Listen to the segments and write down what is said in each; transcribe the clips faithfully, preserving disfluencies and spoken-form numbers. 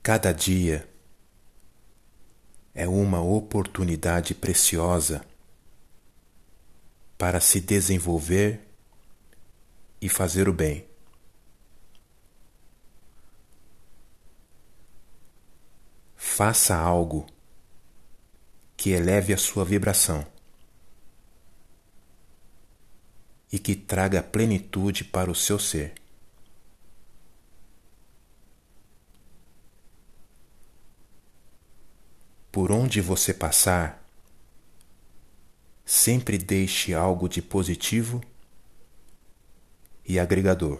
Cada dia é uma oportunidade preciosa para se desenvolver e fazer o bem. Faça algo que eleve a sua vibração e que traga plenitude para o seu ser. Por onde você passar, sempre deixe algo de positivo e agregador.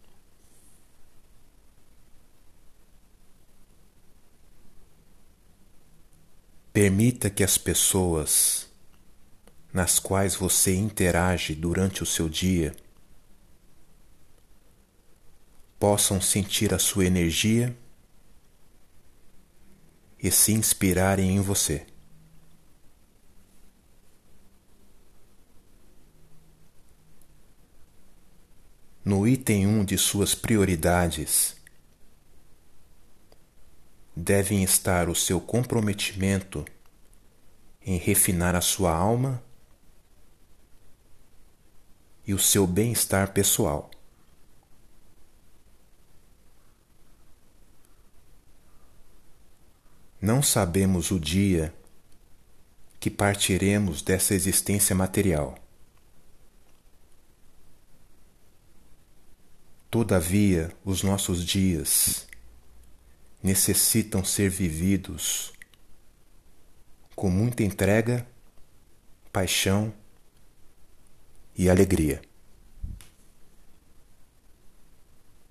Permita que as pessoas nas quais você interage durante o seu dia possam sentir a sua energia e se inspirarem em você. No item um de suas prioridades, devem estar o seu comprometimento em refinar a sua alma e o seu bem-estar pessoal. Não sabemos o dia que partiremos dessa existência material. Todavia, os nossos dias necessitam ser vividos com muita entrega, paixão e alegria.